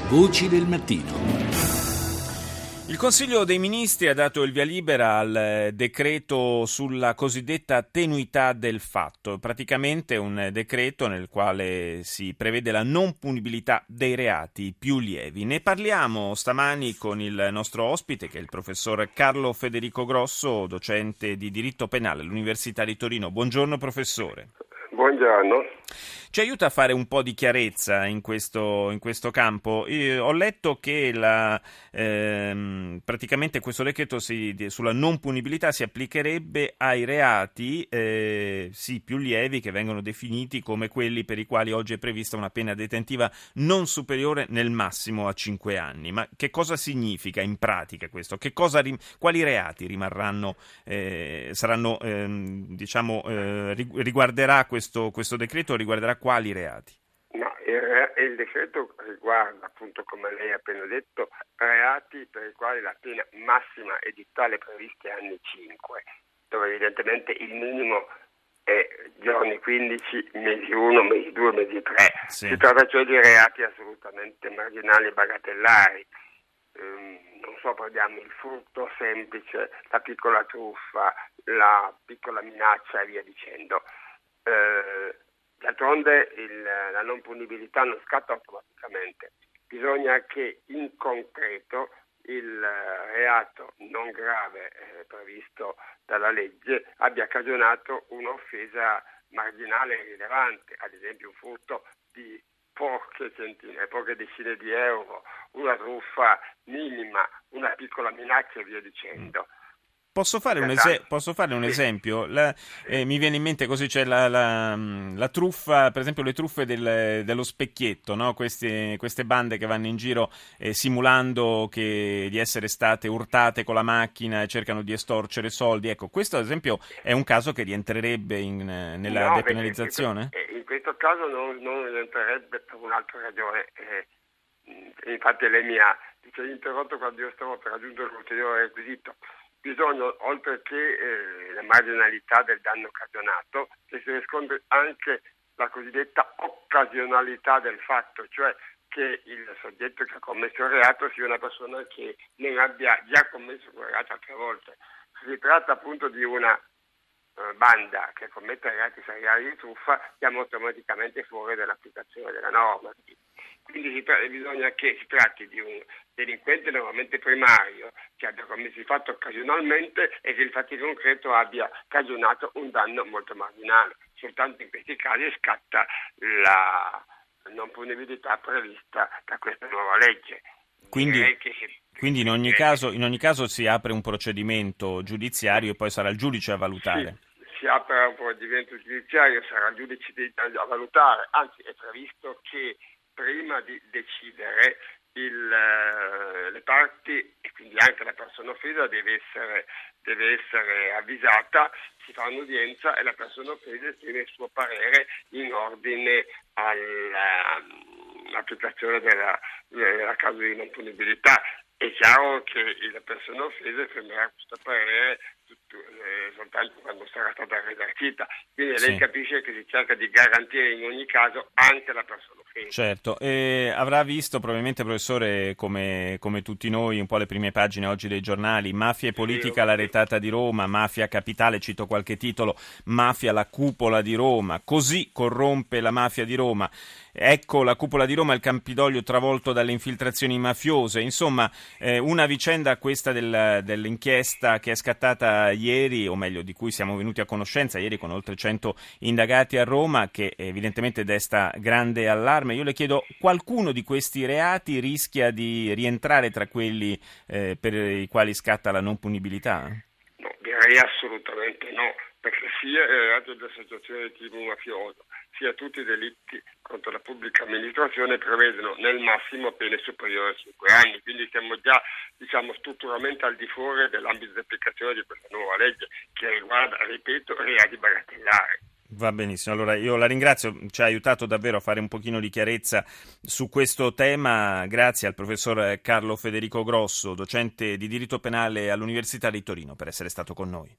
Voci del mattino. Il Consiglio dei Ministri ha dato il via libera al decreto sulla cosiddetta tenuità del fatto, praticamente un decreto nel quale si prevede la non punibilità dei reati più lievi. Ne parliamo stamani con il nostro ospite, che è il professor Carlo Federico Grosso, docente di diritto penale all'Università di Torino. Buongiorno professore. Buongiorno. Ci aiuta a fare un po' di chiarezza in questo campo. Ho letto che praticamente questo decreto sulla non punibilità si applicherebbe ai reati più lievi, che vengono definiti come quelli per i quali oggi è prevista una pena detentiva non superiore nel massimo a 5 anni. Ma che cosa significa in pratica questo? Quali reati riguarderà questo decreto? Riguarderà quali reati? No, il decreto riguarda, appunto, come lei ha appena detto, reati per i quali la pena massima edittale prevista è anni 5, dove evidentemente il minimo è giorni 15, mesi 1, mesi 2, mesi 3. Sì. Si tratta cioè di reati assolutamente marginali e bagatellari. Non so, prendiamo il furto semplice, la piccola truffa, la piccola minaccia e via dicendo. D'altronde la non punibilità non scatta automaticamente, bisogna che in concreto il reato non grave previsto dalla legge abbia cagionato un'offesa marginale e rilevante, ad esempio un furto di poche decine di euro, una truffa minima, una piccola minaccia e via dicendo. Posso fare un esempio? Mi viene in mente così, c'è la truffa, per esempio le truffe dello specchietto, no? Queste bande che vanno in giro simulando di essere state urtate con la macchina e cercano di estorcere soldi. Ecco, questo ad esempio è un caso che rientrerebbe nella depenalizzazione? In questo caso non rientrerebbe per un'altra ragione. Infatti lei mi ha interrotto quando io stavo per aggiungere l'ulteriore requisito. Bisogna, oltre che la marginalità del danno cagionato, che si riscontra anche la cosiddetta occasionalità del fatto, cioè che il soggetto che ha commesso il reato sia una persona che non abbia già commesso quel reato altre volte. Si tratta appunto di una banda che commette reati seriali di truffa, siamo automaticamente fuori dall'applicazione della norma. Quindi bisogna che si tratti di un delinquente normalmente primario che abbia commesso il fatto occasionalmente e che il fatto concreto abbia cagionato un danno molto marginale. Soltanto in questi casi scatta la non punibilità prevista da questa nuova legge. Quindi in ogni caso si apre un procedimento giudiziario e poi sarà il giudice a valutare. Sì, si apre un procedimento giudiziario, sarà il giudice a valutare, anzi è previsto che prima di decidere le parti e quindi anche la persona offesa deve essere avvisata, si fa un'udienza e la persona offesa esprime il suo parere in ordine all'applicazione della causa di non punibilità. È chiaro che la persona offesa esprimerà questo parere soltanto quando sarà stata risarcita. Quindi lei capisce che si cerca di garantire in ogni caso anche la persona offesa. Certo, avrà visto probabilmente, professore, come tutti noi, un po' le prime pagine oggi dei giornali: mafia e politica alla retata di Roma, mafia capitale, cito qualche titolo, mafia la cupola di Roma, così corrompe la mafia di Roma. Ecco la cupola di Roma, il Campidoglio travolto dalle infiltrazioni mafiose. Insomma, una vicenda questa dell'inchiesta che è scattata ieri, o meglio di cui siamo venuti a conoscenza ieri con oltre 100 indagati a Roma, che evidentemente desta grande allarme. Io le chiedo, qualcuno di questi reati rischia di rientrare tra quelli per i quali scatta la non punibilità? No, direi assolutamente no, perché sia il reato di associazione di tipo mafioso sia tutti i delitti contro la pubblica amministrazione prevedono nel massimo pene superiori a 5 anni, quindi siamo già strutturalmente al di fuori dell'ambito di applicazione di questa nuova legge che riguarda, ripeto, reati bagatellari. Va benissimo, allora io la ringrazio, ci ha aiutato davvero a fare un pochino di chiarezza su questo tema. Grazie al professor Carlo Federico Grosso, docente di diritto penale all'Università di Torino, per essere stato con noi.